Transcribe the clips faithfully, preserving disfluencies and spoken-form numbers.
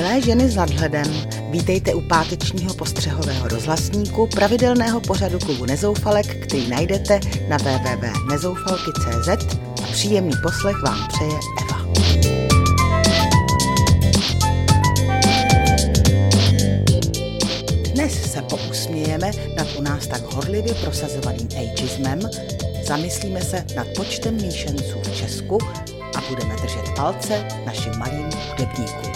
Milé ženy s nadhledem, vítejte u pátečního postřehového rozhlasníku pravidelného pořadu klubu Nezoufalek, který najdete na w w w tečka nezoufalky tečka c z a příjemný poslech vám přeje Eva. Dnes se pousmějeme nad u nás tak horlivě prosazovaným ageismem, zamyslíme se nad počtem míšenců v Česku a budeme držet palce našim malým hudebníkům.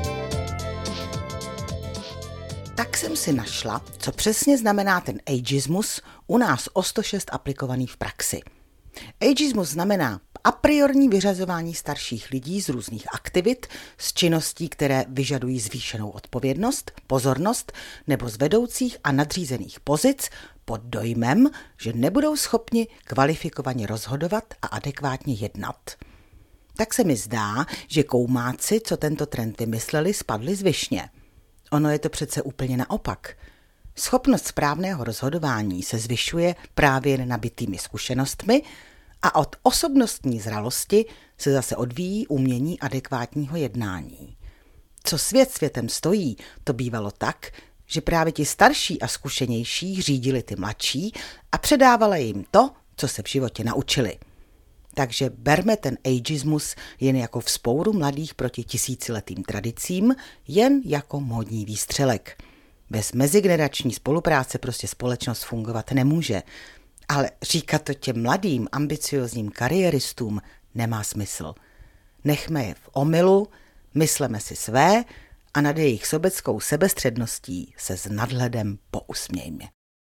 Tak jsem si našla, co přesně znamená ten ageismus u nás o sto šest aplikovaný v praxi. Ageismus znamená a priorní vyřazování starších lidí z různých aktivit, z činností, které vyžadují zvýšenou odpovědnost, pozornost nebo z vedoucích a nadřízených pozic pod dojmem, že nebudou schopni kvalifikovaně rozhodovat a adekvátně jednat. Tak se mi zdá, že koumáci, co tento trend vymysleli, spadli z višně. Ono je to přece úplně naopak. Schopnost správného rozhodování se zvyšuje právě nabitými zkušenostmi a od osobnostní zralosti se zase odvíjí umění adekvátního jednání. Co svět světem stojí, to bývalo tak, že právě ti starší a zkušenější řídili ty mladší a předávali jim to, co se v životě naučili. Takže berme ten ageismus jen jako vzpouru mladých proti tisíciletým tradicím, jen jako módní výstřelek. Bez mezigenerační spolupráce prostě společnost fungovat nemůže. Ale říkat to těm mladým, ambiciozním kariéristům nemá smysl. Nechme je v omylu, mysleme si své a nad jejich sobeckou sebestředností se s nadhledem pousmějme.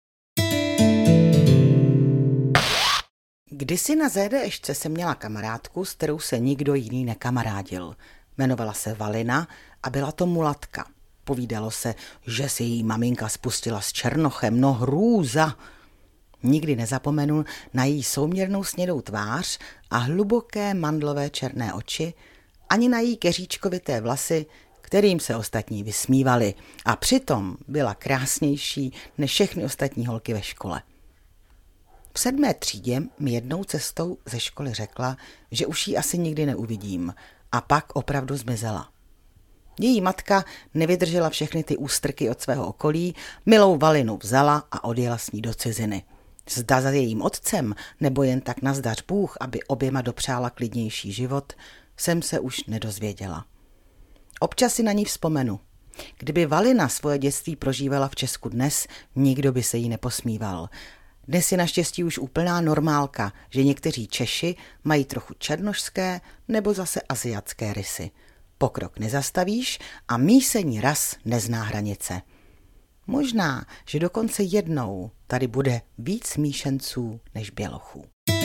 Kdysi na ZDŠce jsem měla kamarádku, s kterou se nikdo jiný nekamarádil. Jmenovala se Valina a byla to mulatka. Povídalo se, že si její maminka spustila s černochem, no hrůza. Nikdy nezapomenu na její souměrnou snědou tvář a hluboké mandlové černé oči, ani na její keříčkovité vlasy, kterým se ostatní vysmívali. A přitom byla krásnější než všechny ostatní holky ve škole. V sedmé třídě mi jednou cestou ze školy řekla, že už ji asi nikdy neuvidím, a pak opravdu zmizela. Její matka nevydržela všechny ty ústrky od svého okolí, milou Valinu vzala a odjela s ní do ciziny. Zda za jejím otcem, nebo jen tak nazdař Bůh, aby oběma dopřála klidnější život, jsem se už nedozvěděla. Občas si na ní vzpomenu. Kdyby Valina svoje dětství prožívala v Česku dnes, nikdo by se jí neposmíval. Dnes je naštěstí už úplná normálka, že někteří Češi mají trochu černošské nebo zase asiatské rysy. Pokrok nezastavíš a mísení ras nezná hranice. Možná, že dokonce jednou tady bude víc míšenců než bělochů.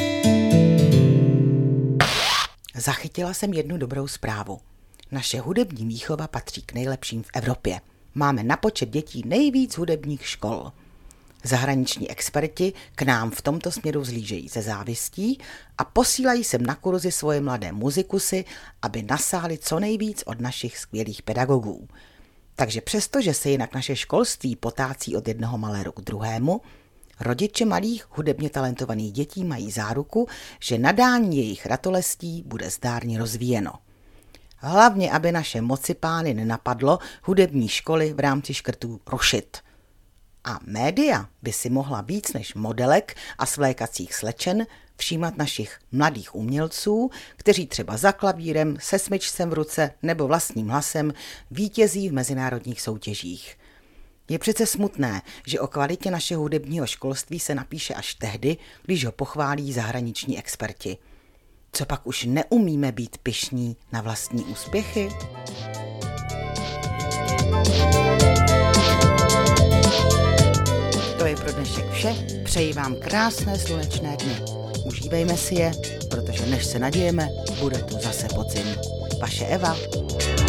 Zachytila jsem jednu dobrou zprávu. Naše hudební výchova patří k nejlepším v Evropě. Máme na počet dětí nejvíc hudebních škol. Zahraniční experti k nám v tomto směru zlížejí ze závistí a posílají sem na kurzy svoje mladé muzikusy, aby nasáli co nejvíc od našich skvělých pedagogů. Takže přesto, že se jinak naše školství potácí od jednoho maléru k druhému, rodiče malých hudebně talentovaných dětí mají záruku, že nadání jejich ratolestí bude zdárně rozvíjeno. Hlavně, aby naše mocipány nenapadlo hudební školy v rámci škrtů rušit. A média by si mohla víc než modelek a svlékacích slečen všímat našich mladých umělců, kteří třeba za klavírem, se smyčcem v ruce nebo vlastním hlasem vítězí v mezinárodních soutěžích. Je přece smutné, že o kvalitě našeho hudebního školství se napíše až tehdy, když ho pochválí zahraniční experti. Co pak už neumíme být pyšní na vlastní úspěchy? To je pro dnešek vše, přeji vám krásné slunečné dny. Užívejme si je, protože než se nadějeme, bude tu zase podzim. Vaše Eva.